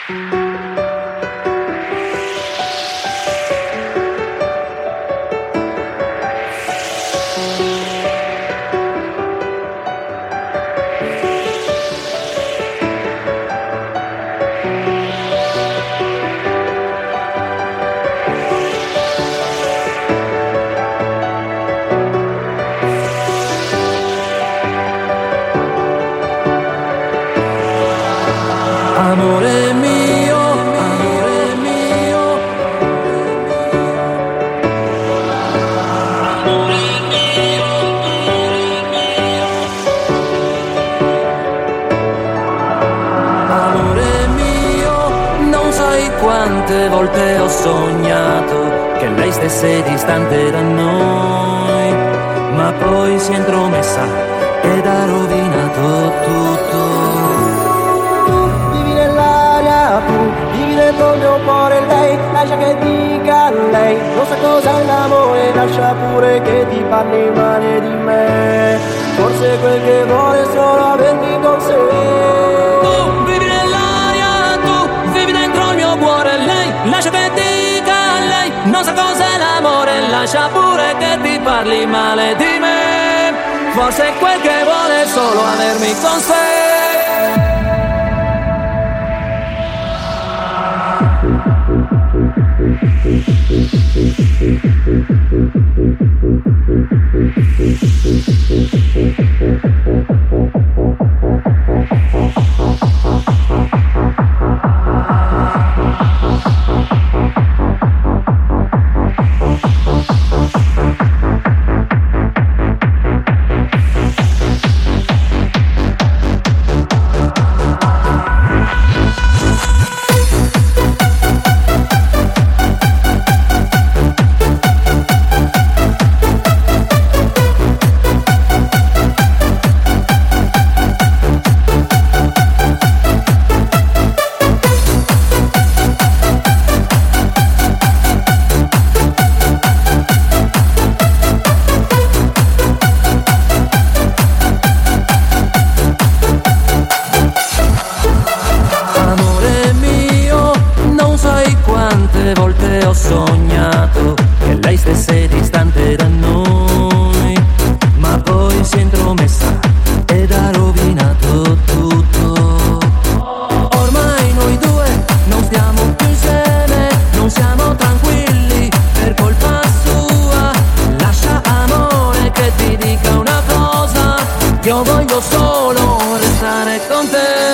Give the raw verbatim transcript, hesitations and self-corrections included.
Amore mio, amore mio, amore mio, amore mio, non sai quante volte ho sognato che lei stesse distante da noi, ma poi si è intromessa ed ha rovinato tutto. Vivi dentro il mio cuore lei, lascia che dica lei, non sa cos'è l'amore, lascia pure che ti parli male di me, forse quel che vuole è solo avermi con sé. Tu vivi nell'aria, tu vivi dentro il mio cuore lei, lascia che dica lei, non sa cos'è l'amore, lascia pure che ti parli male di me, forse quel che vuole è solo avermi con sé. Quante volte ho sognato che lei stesse distante da noi, ma poi si è intromessa ed ha rovinato tutto. Ormai noi due non stiamo più insieme, non siamo tranquilli per colpa sua. Lascia amore che ti dica una cosa, io voglio solo restare con te.